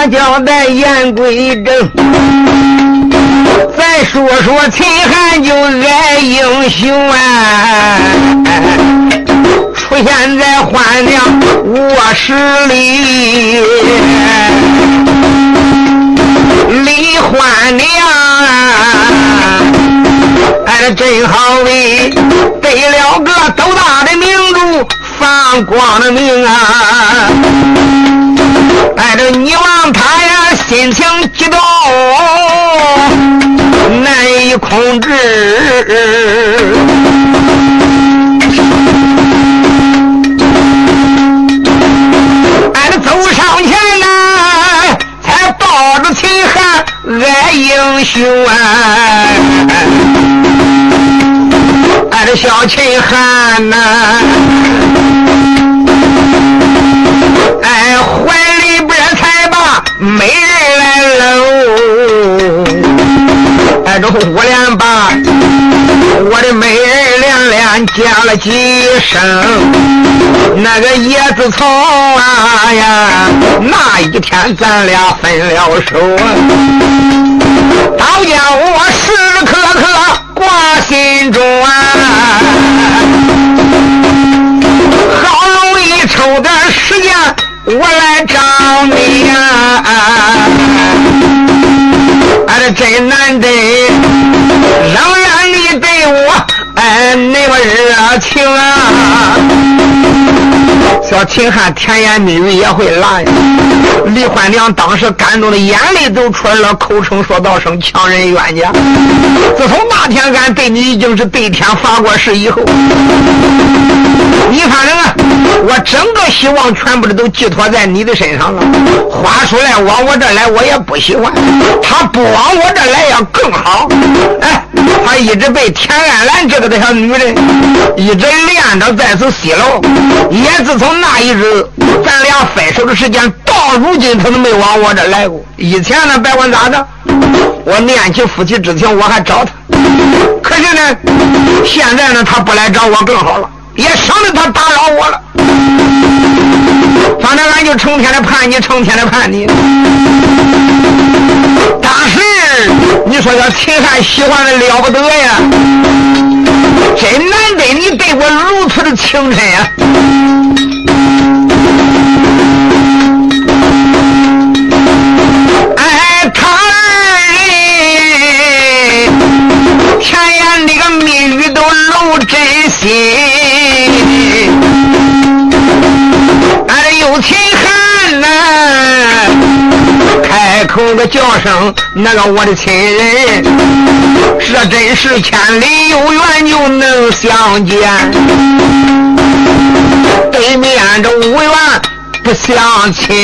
那交代言归正。再说说秦汉就爱英雄啊，出现在欢娘卧室里，李欢娘哎，真好为得了个斗大的明珠，放光的命啊！哎，这你望他呀，心情激动，难以控制。哎，这走上前来，才抱着秦汉爱英雄啊！哎，这小秦汉呐，哎，怀里边才把美人来搂，哎，这胡连把我的美人连连叫了几声，那个叶子从啊呀，那一天咱俩分了手，倒叫我时时刻刻挂心中啊，好容易抽点时间我来找你呀，这真难得，仍然你对我哎那么热情啊。小秦汉甜言蜜语也会来呀，李欢娘当时感动的眼泪都出来了，口称说道声强人冤家。自从那天俺对你已经是对天发过誓以后，你反正啊，我整个希望全部都寄托在你的身上了。话说来往我这来我也不喜欢，他不往我这来要更好。哎，他一直被田安兰这个小女人一直练着在此西楼，也自从那一日咱俩分手的时间到如今他都没往我这来过。以前呢别管咋着，我念起夫妻之情我还找他，可是呢现在呢他不来找我更好了，也省得他打扰我了。反正俺就成天的盼你，成天的盼你。当时你说叫秦汉喜欢的了不得呀，真难得你对我如此的情深呀。哎，他甜言那个蜜语都露真心，有秦汉呐，开口个叫声那个我的亲人，这真是千里有缘就能相见，对面这无缘不相亲。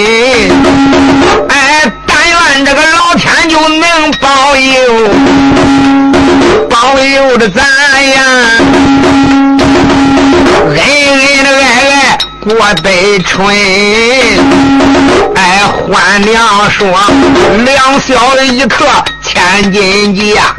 哎，但愿这个老天就能保佑，保佑着咱呀，恩恩的爱爱过悲春。哎，欢娘说两小的一刻千金价，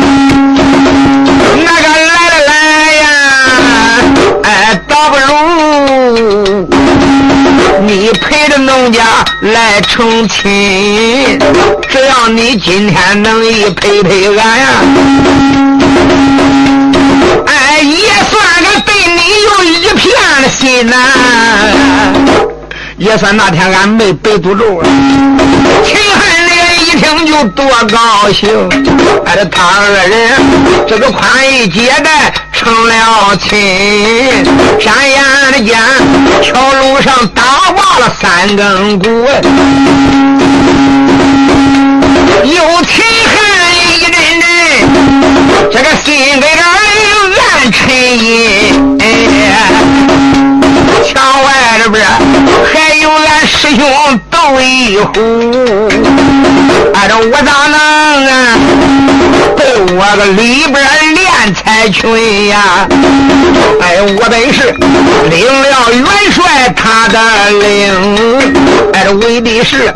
那个来了来呀，哎，倒不如你陪着农家来成亲，只要你今天能一陪陪俺呀，哎，也算个对你有一片的心呐，也算那天俺没背诅咒啊。秦汉那个一听就多高兴，哎，这他二人这个宽衣解带成了亲，山崖的间桥路上打挖了3根骨，有秦汉一阵阵这个心给人暗沉吟，墙外这边还有俺师兄窦一虎，哎，这我咋能啊被我个里边练才群呀？哎，我本是领了元帅他的令，哎，这为的是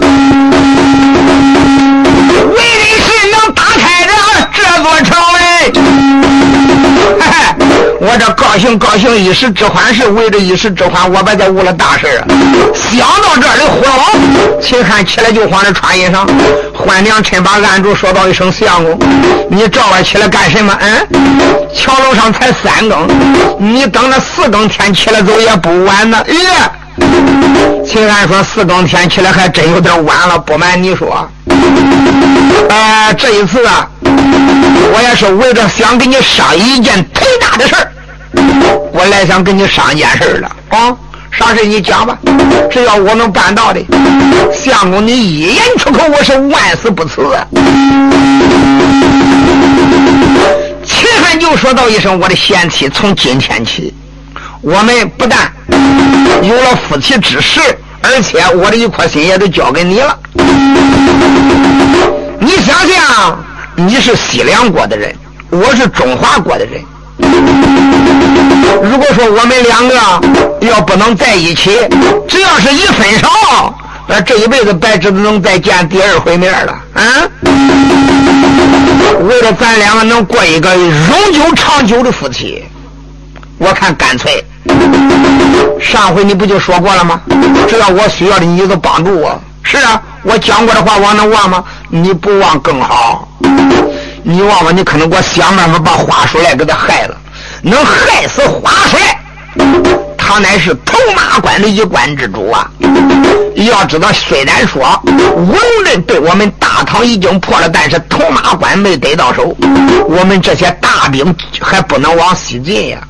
能打开这座城哎， 我这高兴一时之欢是为着一时之欢，我把这误了大事啊！想到这里，呼隆，秦汉起来就慌着穿衣裳。换娘趁把按住，说道一声：“相公，你照晚起来干什么？桥楼上才3更，你等着4更天起来走也不晚呢。”秦汉说：“4更天起来还真有点晚了，不瞒你说，这一次啊，我也是为着想跟你商议一件忒大的事儿，我来想跟你商一件事了啊。啥事你讲吧，只要我能办到的，相公你一言出口，我是万死不辞啊。”秦汉就说道一声：“我的贤妻，从今天起，我们不但有了夫妻之实，而且我的一颗心也都交给你了。你想想，你是西凉国的人，我是中华国的人。如果说我们2个要不能在一起，只要是一分手，那这一辈子白纸都能再见第2回面了啊！为了咱2个能过一个永久长久的夫妻，我看干脆。上回你不就说过了吗？只要我需要的，你都帮助我。是啊，我讲过的话，我能忘吗？你不忘更好。你忘了，你可能给我想办法把花叔来给他害了，能害死花叔来。他乃是头马关的一关之主啊！要知道，虽然说无论被我们大唐已经破了，但是头马关没得到手，我们这些大兵还不能往西进呀。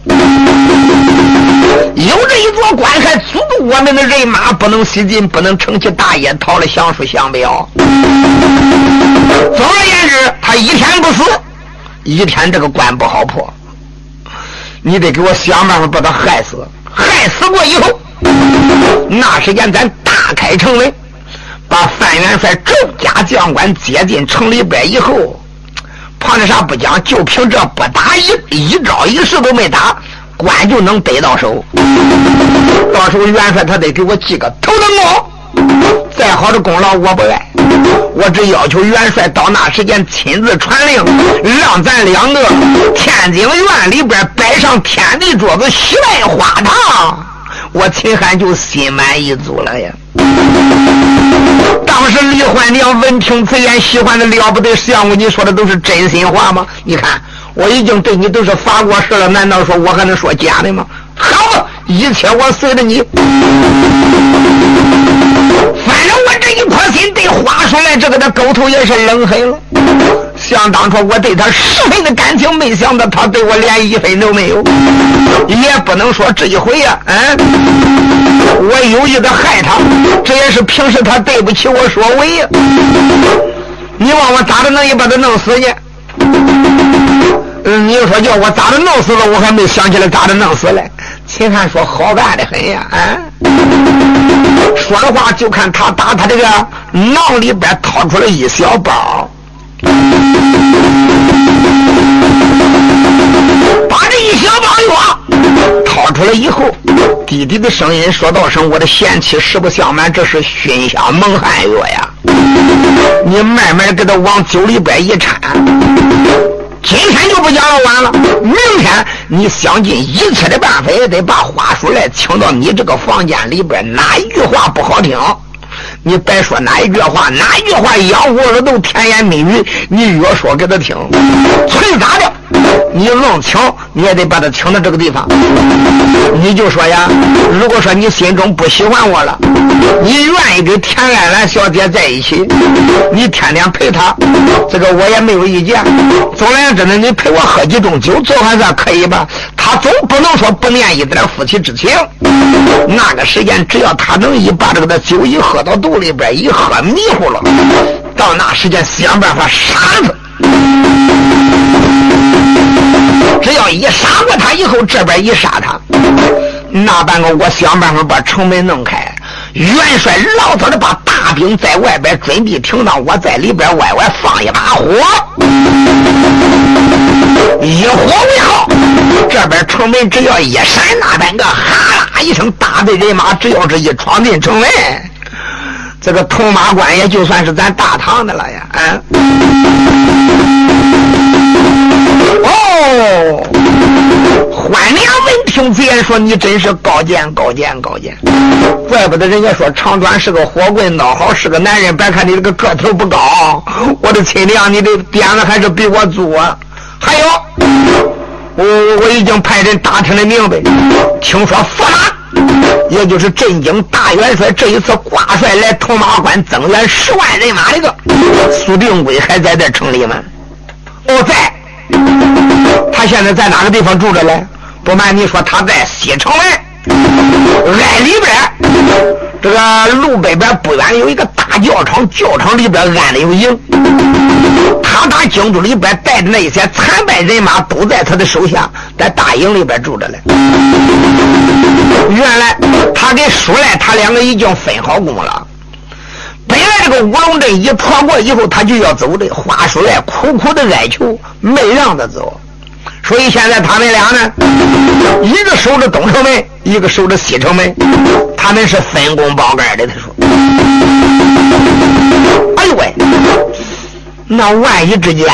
有这一座关还阻住我们的人马不能西进，不能乘其大业逃了降书降表。总而言之，他一天不死，一天这个关不好破。你得给我想办法把他害死。害死过以后，那时间咱大开城门，把范元帅众家将官接进城里边以后，旁的啥不讲，就凭这不打一招一式都没打，官就能得到手。到时候元帅他得给我记个头等功，再好的功劳我不爱，我只要求元帅到那时间亲自传令，让咱2个天津院里边摆上天地桌子席外花堂，我秦汉就心满意足了呀。当时李焕娘闻听此言，喜欢的了不得。相公，你说的都是真心话吗？你看我已经对你都是发过誓了，难道说我还能说假的吗？好吧，一切我随着你。反正我这一颗心对花叔来这个的狗头也是冷狠了。想当初我对他10分的感情，没想到他对我连1分都没有。也不能说这一回呀，我有意的害他，这也是平时他对不起我所为呀。你问我咋的能把他弄死呢？你又说叫我咋的弄死了，我还没想起来咋的弄死来。秦汉说好办的很呀，说的话就看他打他这个囊里边掏出了一小包，把这一小包药掏出来以后，低低的声音说道声：“我的贤妻，实不相瞒，这是熏香蒙汗药呀，你慢慢给他往酒里边一掺，今天就不讲了，完了，明天你想尽一切的办法也得把花叔来请到你这个房间里边，哪一句话不好听，你别说哪一句话养活了都甜言蜜语，你越说给他听，吹咋的，你愣请你也得把他请到这个地方。你就说呀，如果说你心中不喜欢我了，你愿意跟田兰兰小姐在一起，你天天陪她，这个我也没有意见。总而言之呢，你陪我喝几盅酒，总还算可以吧。他总不能说不念一点夫妻之情。那个时间，只要他能把这个的酒一喝到肚里边，一喝迷糊了，到那时间想办法杀他。只要一杀过他以后，这边一杀他，那半个我想办法把城门弄开。元帅老早的把大兵在外边准备停当，我在里边外放一把火，以火为号。这边城门只要一闪，那半个哈啦一声，大队人马只要是一闯进城门，这个铜马关也就算是咱大唐的了呀！ 欢娘闻听此言说：“你真是高见高见高见！怪不得人家说长短是个火棍，孬好是个男人。别看你这个个头不高，我的亲娘，你的鞭子还是比我足啊！还有，我已经派人打听的明白，听说驸马，也就是镇京大元帅这一次挂帅来潼马关增援10万人马，这个苏定圭还在这城里吗？哦，在。他现在在哪个地方住着嘞？不瞒你说，他在西城门挨里边，这个路北边不远有一个大教场，教场里边安了有营。他打京都里边带的那些残败人马都在他的手下，在大营里边住着嘞。原来他跟舒赖他两个已经分好工了。本来这个乌龙镇一闯过以后，他就要走的，华舒赖苦苦的哀求，没让他走。所以现在他们俩呢，一个守着东城门，一个守着西城门，他们是分工包干的。他说：“哎呦喂，那万一之间，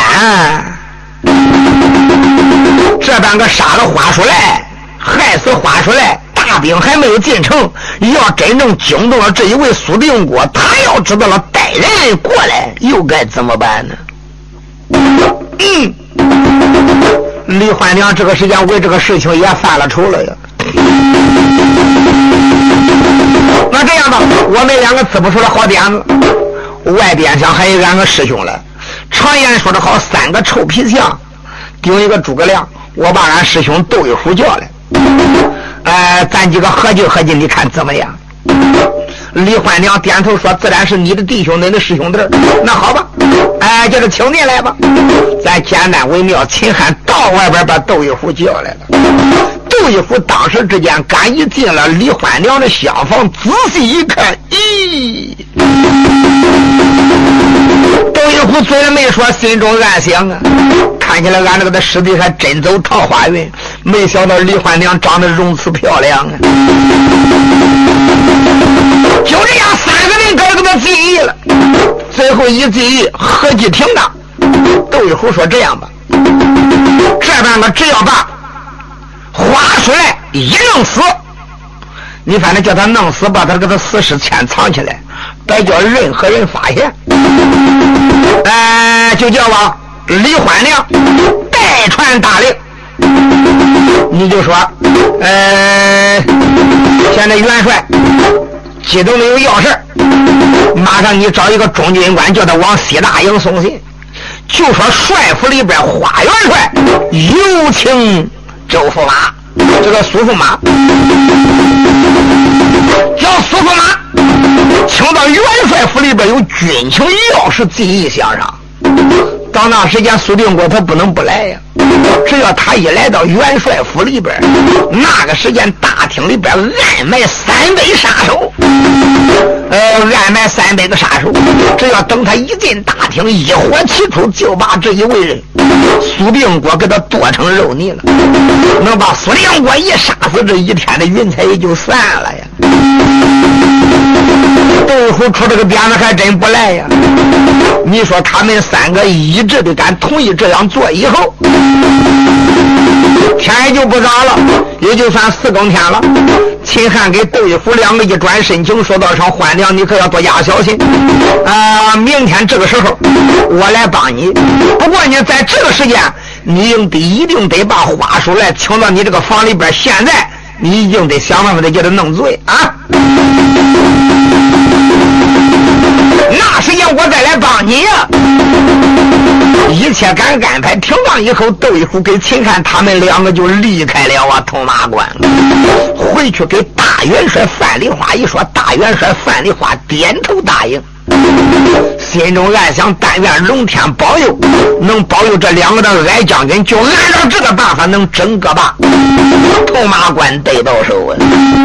这半个杀了华舒赖，害死华舒赖，大兵还没有进城，要真正惊动了这一位苏定国，他要知道了带人过来，又该怎么办呢？”李焕娘这个时间为这个事情也犯了愁了呀。那这样吧，我们两个自不出了好点子，外边上还有俺个师兄了。常言说的好，3个臭皮匠顶一个诸葛亮，我把俺师兄窦一虎叫来，咱几个合计合计，你看怎么样？李焕娘点头说：“自然是你的弟兄，你的师兄弟。那好吧，就是请您来吧。咱简单为妙，秦汉到外边把窦一虎叫来了。窦一虎当时之间赶一进了李焕娘的厢房，仔细一看，咦，窦一虎虽然没说，心中暗想啊，看起来俺这个的师弟还真走桃花运，没想到李焕娘长得容姿漂亮啊。就这样，3个人给他记忆了，最后一记忆合计停当。窦一虎说：“这样吧，这半个只要把华舒赖一弄死，你反正叫他弄死，把他给他死尸潜藏起来，别叫任何人发现。就叫我李焕娘代传大令。你就说，现在元帅激动的有要事，马上你找一个中军官，叫他往西大营送信，就说帅府里边花元帅有请周驸马，这个苏驸马叫苏驸马请到元帅府里边有军情要事记忆相上。到那时间苏定国他不能不来呀，只要他一来到元帅府里边，那个时间大厅里边暗埋300杀手，暗埋300个杀手，只要等他一进大厅，一火起出，就把这一位人苏定国给他剁成肉泥了。能把苏定国一杀死，这一天的云彩也就散了呀。窦一虎出这个点子还真不赖呀。你说他们3个一致的敢同意这样做以后，天也就不早了，也就算4更天了。秦汉给窦一虎2个一转深情，说道声：“焕娘，你可要多加小心明天这个时候我来帮你。不过你在这个时间，你一定得把花叔来请到你这个房里边，现在你一定得想办法的叫他弄醉啊。那时间我再来帮你呀。”一切敢安排停当以后，窦一虎给秦汉他们2个就离开了潼马关了，回去给大元帅范丽花一说，大元帅范丽花点头答应，心中暗想：但愿龙天保佑，能保佑这2个的矮将军，就按照这个办法能整个把潼马关得到手啊。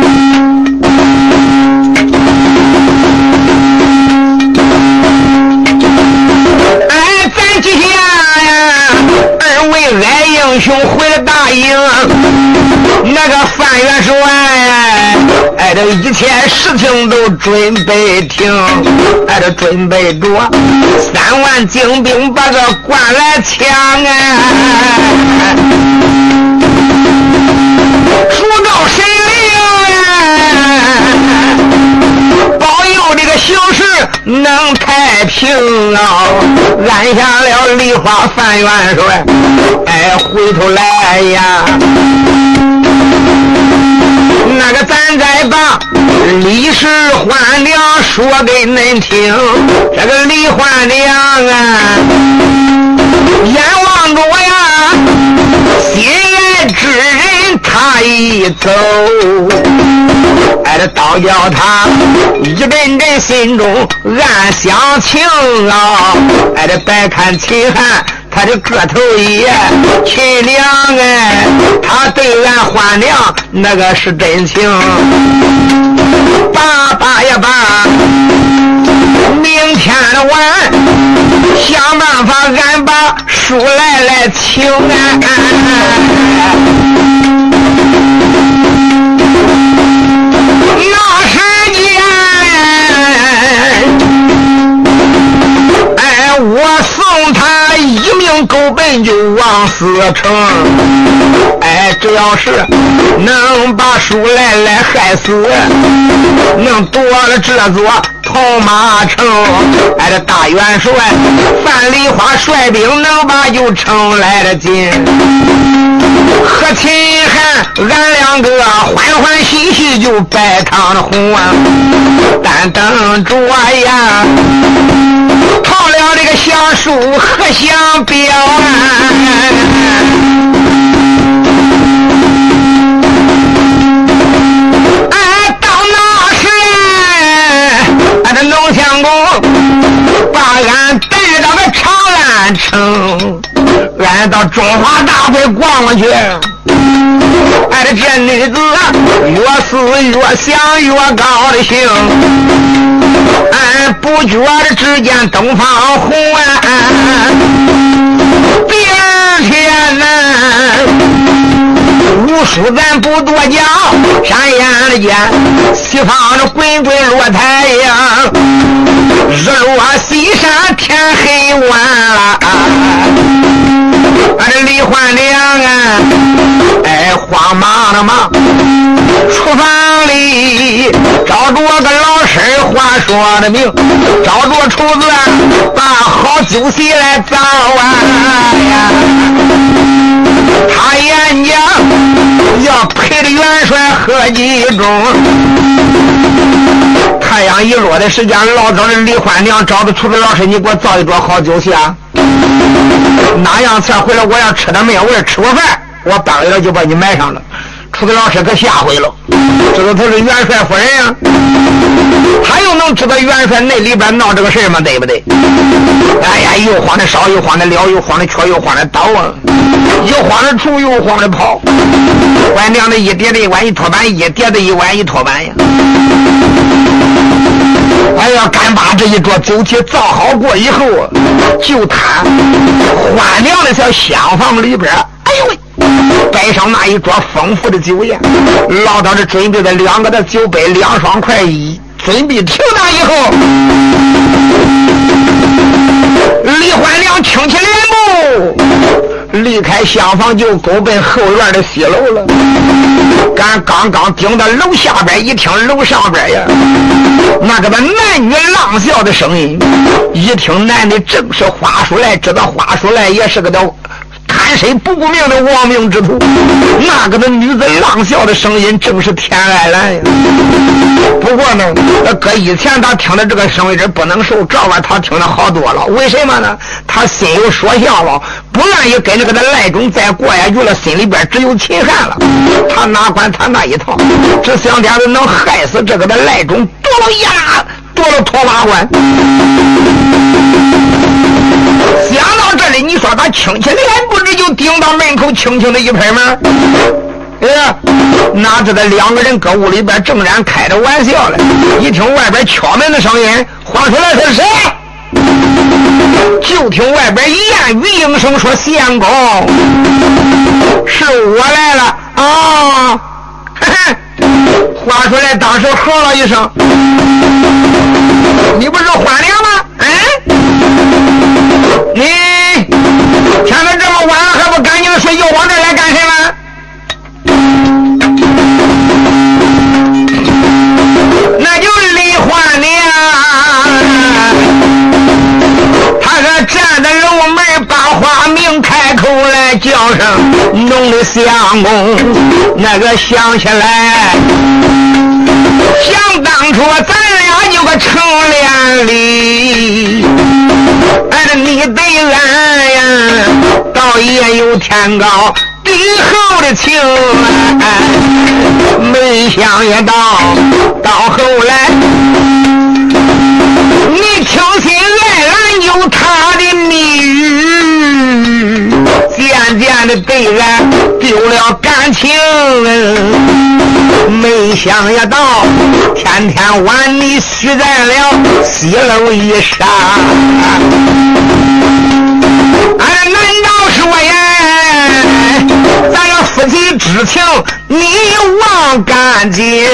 咱继续2位矮英雄回了大营，那个范元帅这一切事情都准备停，这准备着3万精兵把个关来抢主告神灵保佑这个形势能太平按下了梨花范元帅，回头来呀，那个咱再把李氏欢娘说给恁听，这个李欢娘眼望着我呀，心爱之人他一走，这倒叫他一阵阵心中暗想情这白看秦汉他的个头也秦娘他对俺欢娘那个是真情，爸呀爸，明天的晚想办法俺把书来请那时间我送他一命狗奔就往死城，只要是能把书来害死，能夺了这座铜马城，这大元帅范梨花率兵能把就城来得进，和秦汉俺两个欢欢喜喜就拜堂红但等着呀讨了这个降书和降表到那时这龙相公把俺带到了长安城，俺到中华大会逛过去，这女子越思越想越高的兴，不觉的只见东方红第二天呢无数咱不多讲，山眼的见西方的滚滚落太阳，日落西山天黑晚了这李焕良慌忙的忙厨房里找着个老师话说的明，找着厨子把好酒席来造他演讲要陪着元帅喝几盅，太阳一落的时间，老早的李焕良找的厨子老师，你给我造一桌好酒席哪样菜回来我要吃的没有味，吃过饭我半个月就把你埋上了。厨子老师可吓回了，知道他是元帅夫人呀，他又能知道元帅那里边闹这个事吗？对不对？又慌的烧，又慌的燎，又慌的缺，又慌的刀又慌的出，又慌的跑。官娘的一叠的一碗一托板，一叠的一碗一托板呀。干把这一桌酒席造好过以后，就他欢娘的小厢房里边，摆上那一桌丰富的酒宴，老到这准备的2个的酒杯，2双筷一准备停当以后，李焕良挺起脸目，离开厢房就狗奔后院的西楼了。俺刚刚顶到楼下边，一听楼上边呀，那个男女浪笑的声音，一听男的正是花叔来，知道花叔来也是个的贪谁不顾命的亡命之徒，那个的女子浪笑的声音正是田爱兰呀。不过呢，搁以前他听的这个声音是不能受，这玩意他听的好多了。为什么呢？他心有所向了，不愿意跟这个的赖种再过下去了，心里边只有秦汉了。他哪管他那一套，只想点子能害死这个的赖种，夺了托马关。想到这里，你说他轻轻的还不知就顶到门口，轻轻的一拍门。哪知道2个人搁屋里边正然开着玩笑了，一听外边敲门的声音，慌出来是谁？就听外边言语应声说：“相公，是我来了啊！” 话出来当时吼了一声，你不是换粮吗？你天都这么晚了还不赶紧睡，又往这来干什么？那就李焕娘，他说站在楼门把花名开口来叫声弄的相公，那个想起来想当初咱俩有个成连理，你对俺呀倒也有天高地厚的情，没想也到后来你轻心爱俺有他的蜜语，渐渐的对俺丢了感情，没想也到天天晚你许在了西楼一上，难道说呀咱要夫妻之情你忘干净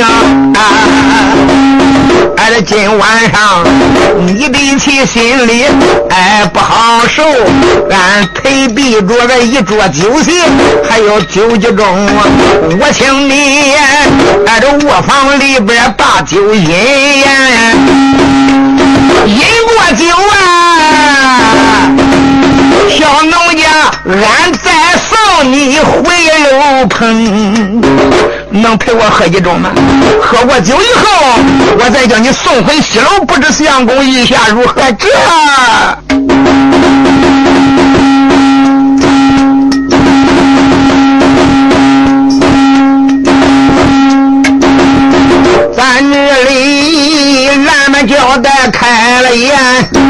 这今晚上你比起心里不好受，俺陪避着个一桌酒席，还有酒局中我请你这卧房里边把酒饮过酒小农家俺再送你回楼棚，能陪我喝一盅吗？喝过酒以后我再叫你送回西楼，不知相公意下如何？这咱这里俺们交代开了眼，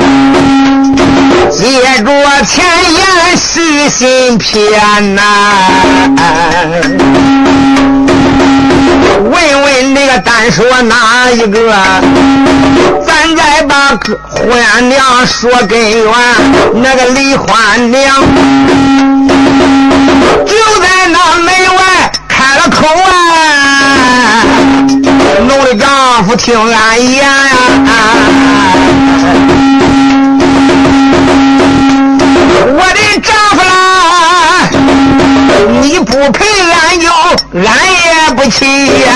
接着前言细心偏问问那个单说哪一个，咱再把婚娘说根源，那个李欢娘就在那门外开了口弄的丈夫听俺言我的丈夫啦，你不陪俺就俺也不去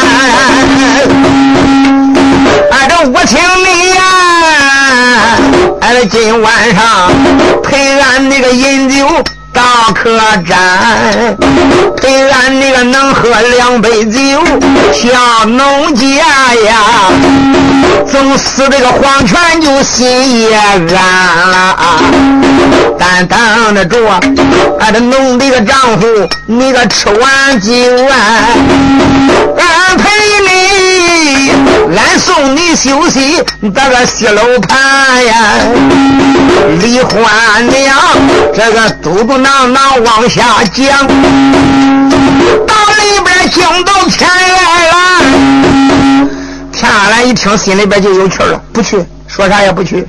这我请你这今晚上陪俺那个饮酒到客栈，陪俺那个能喝2杯酒，小农家呀总是这个黄泉就心也安了但等着着这农这个丈夫你个吃完酒俺陪你俺送你休息到个西楼盘呀，李欢娘这个嘟嘟囔囔往下讲，到里边惊到天来了，天来一听心里边就有趣了，不去说啥也不去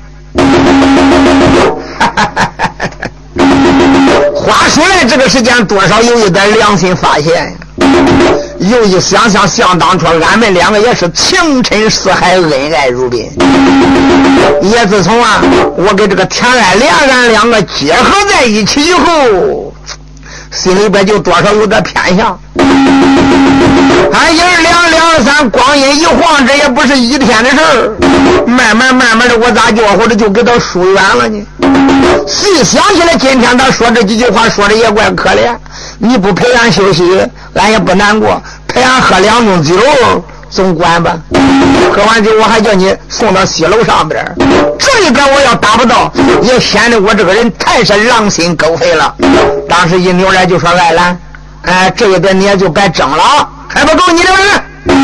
话说来这个时间多少有一点良心发现，又一想想想当初俺们两个也是情深似海恩爱如宾，也自从我跟这个田爱莲俺两个结合在一起以后，心里边就多少有点偏向俺爷2、2、3光阴一晃，这也不是一天的事儿，慢慢的我咋叫或者就给他疏远了呢？细想起来今天他说这几句话说的也怪可怜，你不陪俺休息俺也不难过，陪俺喝2盅酒总管吧，喝完酒我还叫你送到西楼上边，这一点我要达不到也显得我这个人太是狼心狗肺了。当时一扭来就说爱兰这一点你也就白争了，还不够你的人，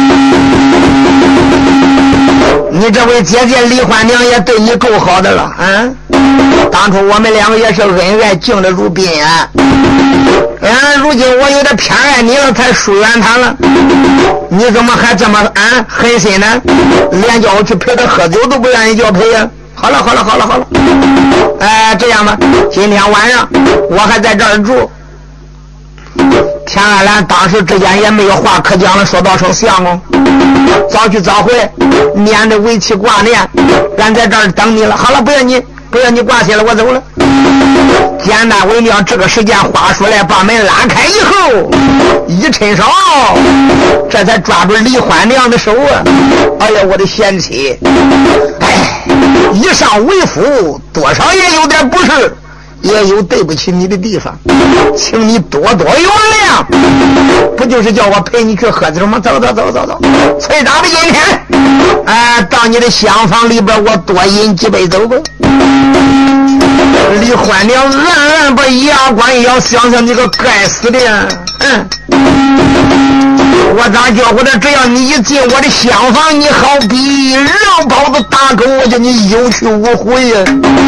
你这位姐姐李欢娘也对你够好的了当初我们两个也是恩爱敬的如宾如今我有点偏爱你了才疏远他了，你怎么还这么狠心呢？连叫我去陪他喝酒都不愿意叫陪呀。好了这样吧，今天晚上我还在这儿住田安兰当时之间也没有话可讲了，说道声相公，早去早回，免得为妻挂念，俺在这儿等你了。好了，不要你挂起了，我走了。简单为妙，这个时间话说来，把门拉开以后，一伸手，这才抓住李欢娘的手啊！哎呀，我的贤妻，哎，以上为夫，多少也有点不是，也有对不起你的地方，请你多多原谅。不就是叫我陪你去喝酒吗？走，崔大的今天，到你的厢房里边，我多饮几杯走吧。李欢娘暗把牙关一咬，想想你个该死的，我咋叫我的？只要你一进我的厢房，你好比肉包子打狗，我叫你有去无回呀！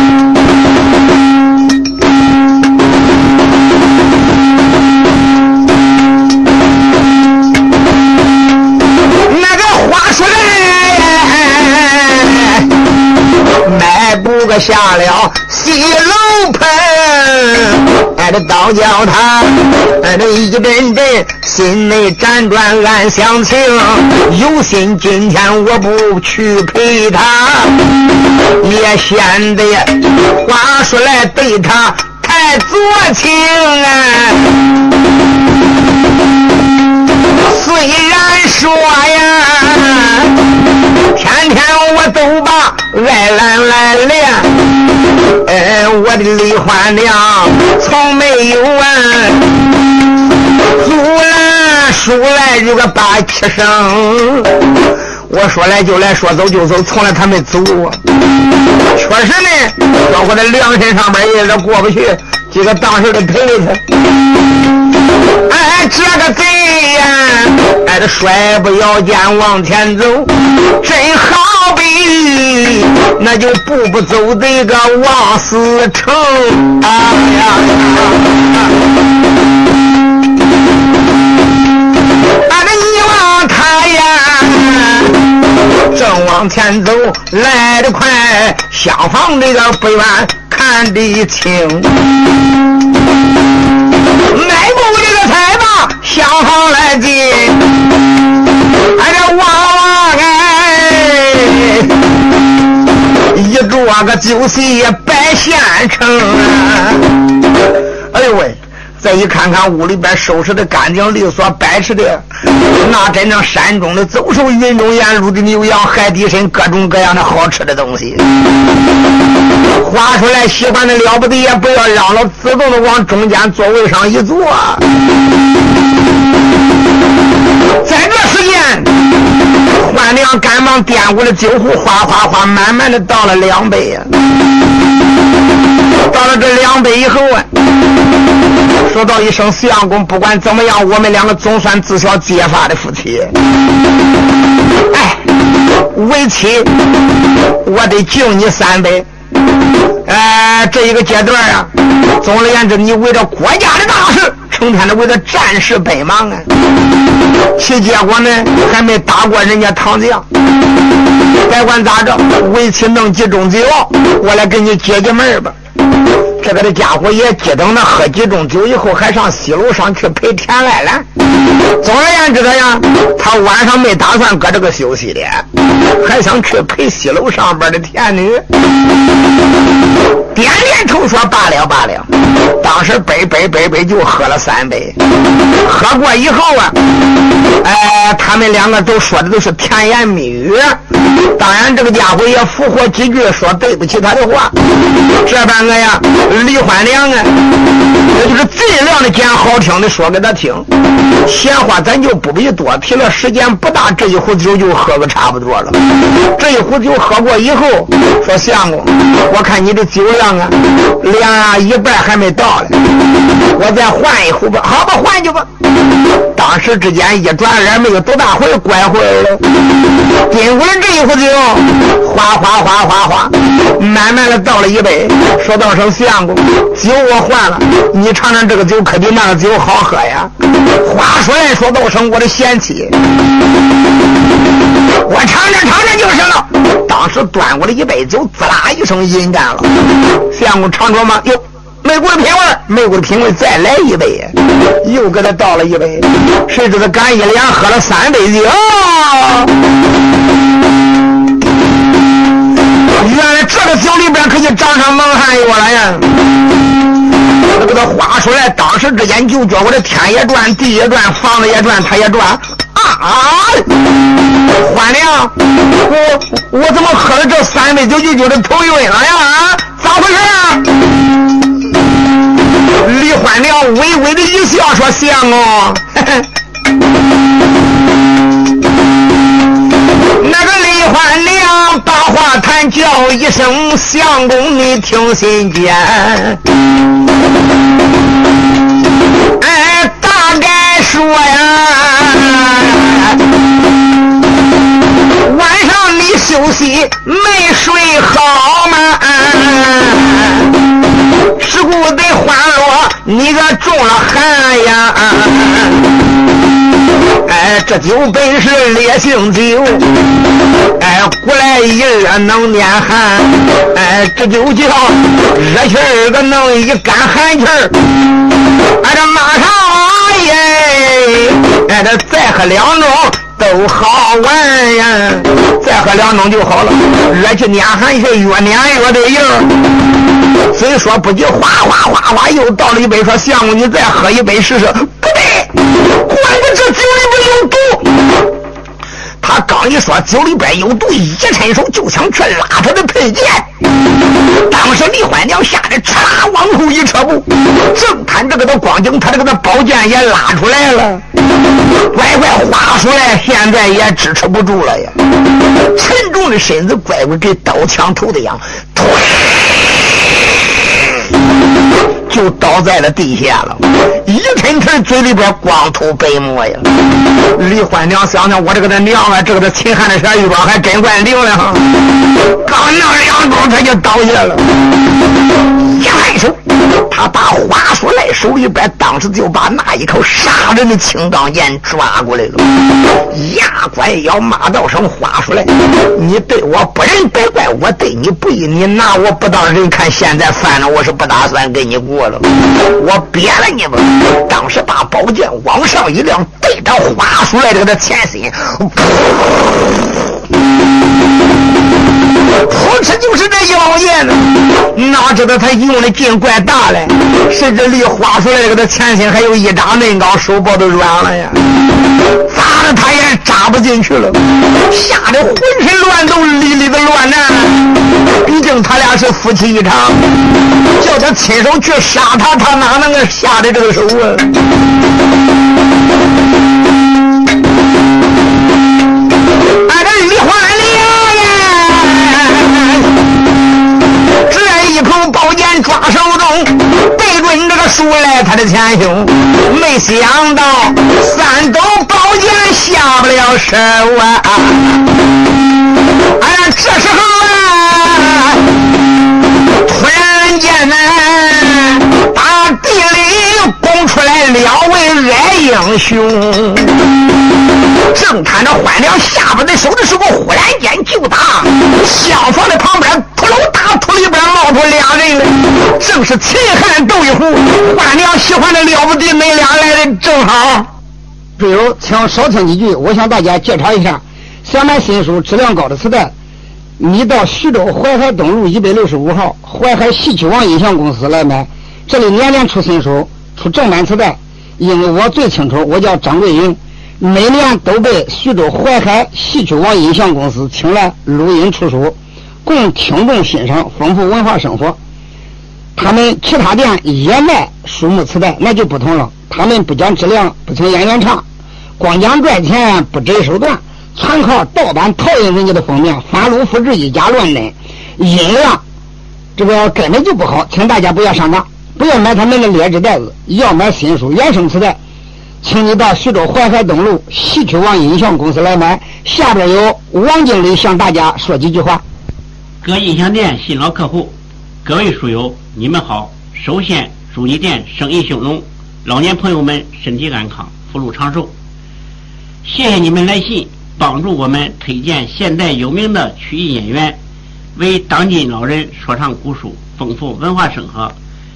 那个话说来，迈步个下了西楼盆，这倒叫他这一阵阵心内辗转暗相情，有心今天我不去陪他，也显得话说来对他太作情啊。虽然说呀，天天我都把爱兰来练，我的李欢娘从没有足来书来这个把七声，我说来就来，说走就走，从来他没走过。确实呢，包括在梁身上面也是过不去，几个当时的陪他。这个贼呀，这摔不腰间往前走，真好比那就步步走这个往死城。哎呀，这你望他呀，正往前走，来得快，厢房这个不远看得清，迈步这个才把厢房来进，这往一桌个酒席摆现成啊！哎呦喂，再一看看屋里边收拾的干净利索，摆设的那真正山中的走兽，云中烟入的牛羊，海底参，各种各样的好吃的东西。画出来喜欢的了不得，也不要让了，自动的往中间座位上一坐。在这时间，欢娘赶忙颠过了酒壶，哗慢慢的倒了2杯呀。到了这2杯以后啊，说到一声相公，不管怎么样，我们两个总算自小结发的夫妻。为妻，我得敬你3杯。这一个阶段啊，总而言之，你为了国家的大事，成天的为了战事奔忙啊。其结果呢，还没打过人家唐将。别管咋着，为妻弄几盅酒，我来给你解解闷吧。这个的家伙也急等着喝几盅酒以后，还上西楼上去陪田来了。总而言之呀，他晚上没打算搁这个休息的，还想去陪西楼上边的田女。点头说罢了。当时杯就喝了3杯。喝过以后啊，他们两个都说的都是甜言蜜语。当然这个家伙也附和几句，说对不起他的话。这半个呀，李欢娘啊，也就是尽量的讲好听的说给他听，闲话咱就不必多提了，时间不大，这一壶酒就喝个差不多了。这一壶酒喝过以后，说相公，我看你的酒量啊，连一半还没到呢，我再换一壶吧。好吧，换去吧。当时之间一转眼没有多大会，拐回来了。顶过了这一壶酒，哗，慢慢的倒了1杯，说道声相公，酒我换了，你尝尝这个酒可比那个酒好喝呀。话说来说道声我的贤妻，我尝尝就是了。当时端过了1杯酒，滋啦一声饮干了。相公尝着吗？哟，没美国的品味，美国的品味，再来一杯，又给他倒了一杯。谁知道干一连喝了3杯酒，原来这个酒里边可就长上蒙汗药了呀！这个话出来，当时之间就觉我的天也转，地也转，房子也转，他也转啊！欢良，我怎么喝了这3杯酒就觉得头晕了呀？咋回事啊？李欢良微微的一笑说：“像哦。”那个李欢良把话谈叫一声：“相公，你听心间。”哎，大概说呀，晚上你休息没睡好吗？是故得欢乐，你个中了寒呀！哎，这酒本是烈性酒，哎，古来一热能面寒，哎，这就叫热气儿个能一干寒气儿。哎，这马上耶，哎，这再喝2盅都好玩呀，再喝2盅就好了。热气撵寒气，越撵越得劲儿。所以说不急，哗哗哗哗又倒了一杯，说相公你再喝一杯试试。不对，怪不这酒里边有毒。他刚一说酒里边有毒，一伸手就想去拉他的佩剑。当时李欢良吓得哧啦往后一撤步，正看这个的光景，他这个的宝剑也拉出来了，乖乖滑出来，现在也支持不住了呀！沉重的身子乖乖给刀枪头的样，就倒在了地下了，一抻抻嘴里边光吐白沫呀！李欢良想想，我这个的娘啊，这个的秦汉的小玉宝还真怪灵了哈！刚弄2盅他就倒下了，一抬手，他把花树赖手里边当时就把那一口杀人的青钢剑抓过来了，牙关要骂道声：“花树赖，你对我不仁，别怪我对你不义，你拿我不当人看，现在犯了，我是不打算跟你过了，我憋了你吧！”当时把宝剑往上一亮，对着花树赖这个的前心，扑哧就是这一老剑呢，哪知道他用的劲怪大嘞，甚至离花出来这个的前心还有1丈那高，手抱都软了呀，咋的他也扎不进去了，吓得浑身乱动，哩哩的乱战。毕竟他俩是夫妻一场，叫他亲手去杀他，他哪能够下的这个手啊？俺这李欢良这一口宝剑抓手中，对准这个树赖他的前胸，没想到3斗宝剑下不了手啊！哎呀，这时候啊，突然间呢，大地里蹦出来2位矮英雄。正看着欢良下不得手的时候，忽然间就打厢房的旁边，秃噜大土里边冒出2人来，正是秦汉窦一虎。欢良喜欢的了不得，那俩来的正好。 只有请少听几句，我向大家介绍一下，想买新书质量高的磁带，你到徐州淮海东路165号淮海戏曲网音像公司来买，这里年年出新书，出正版磁带。因为我最清楚，我叫张桂云，每年都被徐州淮海戏曲网音像公司请来录音出书，供听众欣赏，丰富文化生活。他们其他店也卖书目磁带，那就不同了，他们不讲质量，不请演员唱，光讲赚钱，不择手段，全靠盗版套印人家的封面，反录复制，以假乱真，音量这个根本就不好，请大家不要上当，不要买他们的劣质袋子，要买新书原声磁带，请你到徐州淮海东路戏曲网音像公司来买。下边有王经理向大家说几句话。 各音像店新老客户，各位书友，你们好！首先祝你店生意兴隆，老年朋友们身体安康，福禄长寿。谢谢你们来信，帮助我们推荐现代有名的曲艺演员，为当今老人说唱古书，丰富文化生活。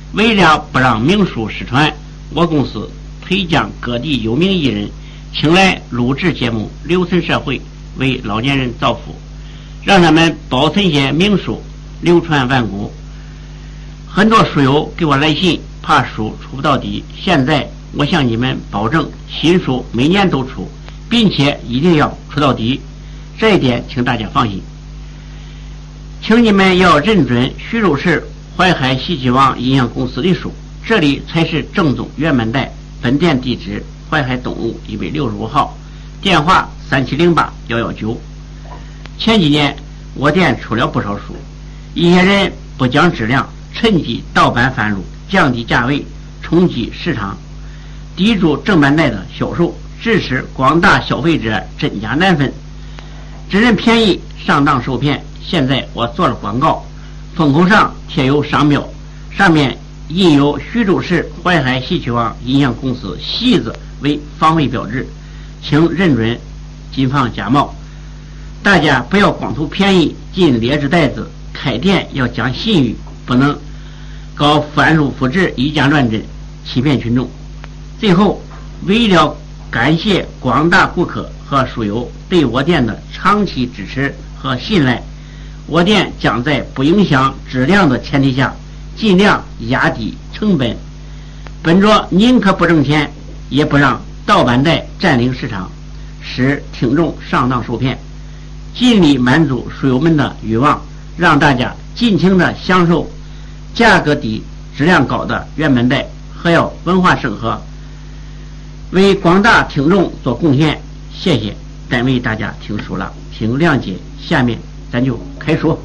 为了不让名书失传，我公司推将各地有名艺人请来录制节目，留存社会，为老年人造福，让他们保存些名书，流传万古。很多书友给我来信，怕书出不到底，现在我向你们保证，新书每年都出，并且一定要出到底，这一点请大家放心。请你们要认准徐州市淮海戏曲网音像公司的书，这里才是正宗原版带。本店地址淮海东路165号，电话3708-119。前几年我店出了不少书，一些人不讲质量，趁机盗版贩入，降低价位，冲击市场，抵住正版带的销售，致使广大消费者真假难分，只认便宜上当受骗。现在我做了广告，封口上贴有商标，上面印有徐州市淮海戏曲网音像公司戏字为防伪标志，请认准，谨防假冒。大家不要光图便宜进劣质袋子，开店要讲信誉，不能搞翻入复制，以假乱真，欺骗群众。最后，为了感谢广大顾客和书友对我店的长期支持和信赖，我店将在不影响质量的前提下，尽量压低成本，本着宁可不挣钱，也不让盗版带占领市场，使听众上当受骗，尽力满足书友们的欲望，让大家尽情的享受价格低、质量高的原版带，还要文化审核，为广大听众做贡献。谢谢，单为大家听书了，请谅解。下面咱就开说。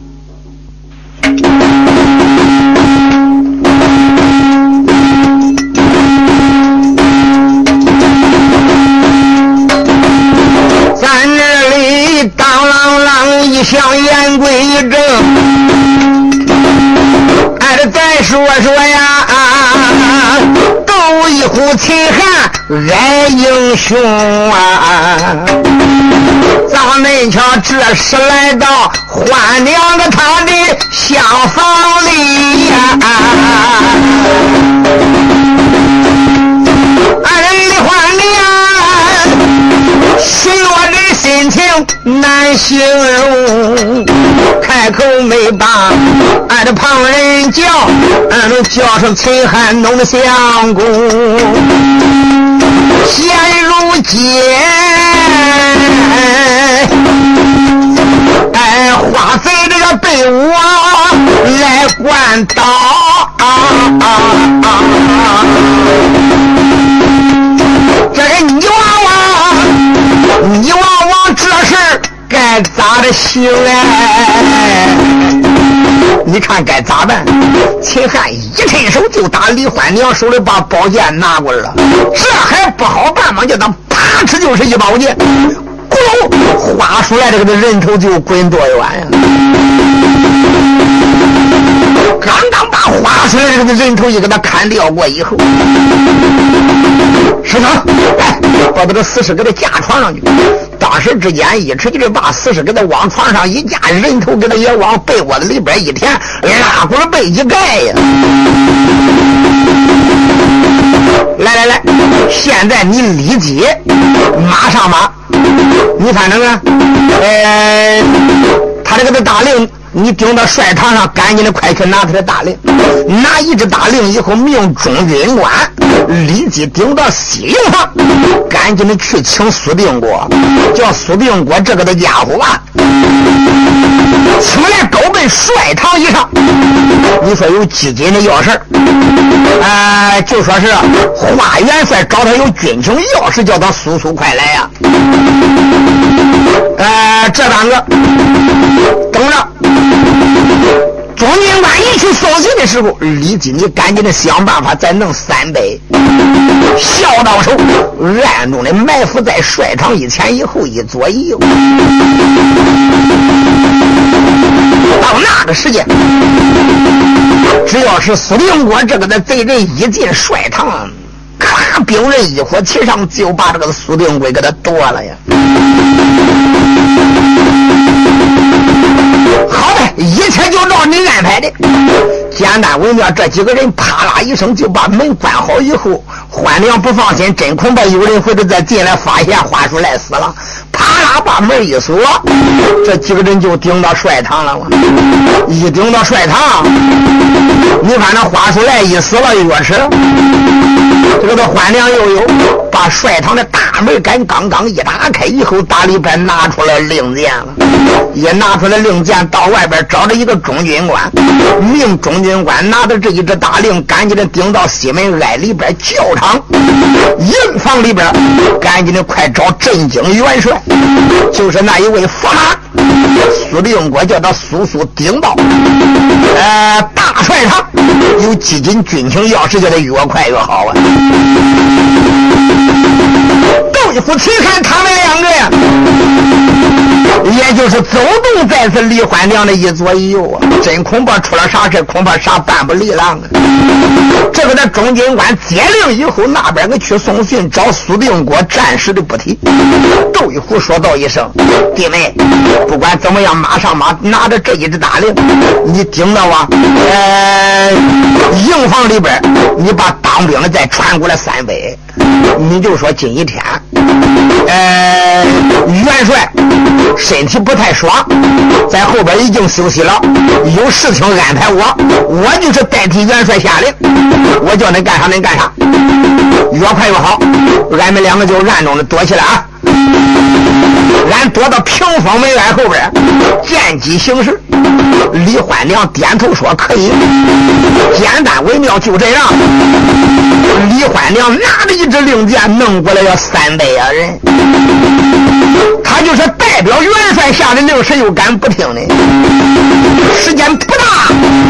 咱这里当啷啷一响，言归正，这再说说呀，斗一呼秦汉爱英雄啊！咱们瞧，这是来到花娘的她的厢房里呀，二人的花娘许我的心情难形容，开口没把按着旁人叫，叫声秦汉弄的相公。现如今花贼这个被我来灌倒，这个你往往这事该咋的行哎？你看该咋办？秦汉一伸手就打李欢娘手里，把宝剑拿过来了，这还不好办吗？叫他啪哧就是一宝剑，咕噜划出来，这个人头就滚多远呀！刚刚把划出来这个人头一给他砍掉过以后，石头来把这个死尸给他架床上去。当时之间一锤子把死尸给他往床上一架，人头给他也往被窝子里边一填，拉过了被一盖呀。来，现在你立即马上马，你反正啊，他这个的大令你顶到帅堂上，赶紧的快去拿他的大令，拿一支大令以后，命中军官立即顶到西营上，赶紧的去请苏定国，叫苏定国这个的家伙吧，请来高奔帅堂以上。你说有几斤的要事就说是华元帅找他有军情要事，叫他速快来呀。这当个等着中军官一去搜集的时候，立即你赶紧的想办法再弄300小刀手，暗中的埋伏在帅堂一前一后一左一右。到那个时间，只要是苏定国这个的贼人一进帅堂，咔，兵刃一火齐上，就把这个苏定国给他夺了呀。好的，一切就照你安排的。 简单微妙，这几个人啪啦一声就把门关好以后，欢良不放心，真恐怕有人会再进来发现花叔来死了，啪啦把门一锁，这几个人就顶到帅堂了嘛。一顶到帅堂，你看那花叔来一死了，钥匙这个欢良又有把帅堂的大门刚刚一打开以后，打里边拿出了令箭了，也拿出来令箭，到外边找着一个中军官，命中军官拿着这一支大令，赶紧的顶到西门挨里边教场营房里边，赶紧的快找镇京元帅，就是那一位驸马苏定国，叫他苏顶到大帅堂，有几斤军情要事，叫他越快越好啊。窦一夫齐看他们两个呀，也就是走动在此李欢良的一左一右啊，真恐怕出了啥事，恐怕啥办不离了啊。这个的中军官接令以后，那边个去送信找苏定国，暂时的不提。窦一虎说道一声：“弟妹，不管怎么样，马上拿着这一支大令，你顶到啊，营房里边，你把当兵的再传过来300，你就说今一天，元帅身体不太爽，在后边已经休息了，有事情安排我就是代替元帅下令，我叫你干啥能干啥，越快越好。俺们两个就暗中的躲起来啊，俺躲到屏风门外后边见机行事。”李欢良点头说可以，简单微妙，就这样。李欢良拿着一支令箭弄过来要300人，他就是代表元帅下的令，谁又敢不听呢？时间不大，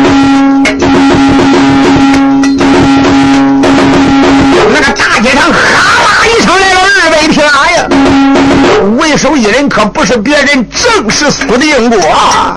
那个大街上哈啦一声来了200匹马呀，为首一人可不是别人，正是苏定国啊。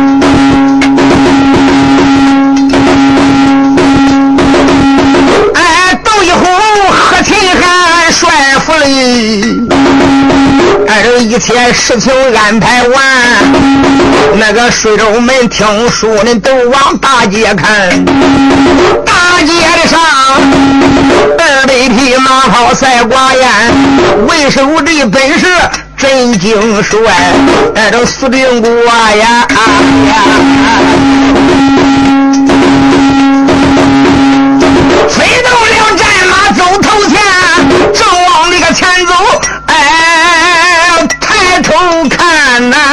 窦一虎和秦汉帅府里，一切事情安排完，那个水州门听书呢都往大街看，大街的上200匹马炮赛挂雁，为首的本是真经帅，这苏定国呀飞动了战马走头前，正往那个前走，抬头看呐，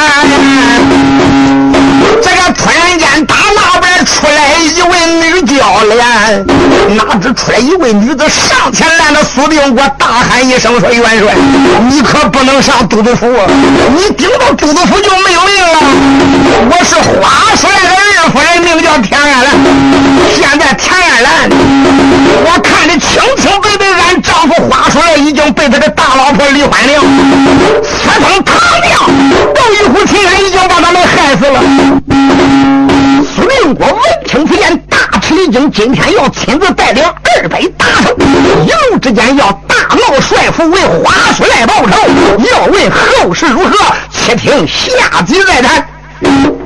这个突然间打那边出来一位女教练，哪知出来一位女子上前拦着苏定国，大喊一声说：“元帅，你可不能上都督府，你顶到都督府就没有命了。我是花帅的二夫人，名叫田安兰，现在田安兰我看得清清白白，俺丈夫花帅已经被他的大老婆李欢良私通堂掉，窦一虎秦汉已经把他们害死了。”苏定国闻听此言，大吃一惊，今天要亲自带领200大圣，一路之间要大闹帅府，为花帅来报仇。要问后事如何，且听下集再谈。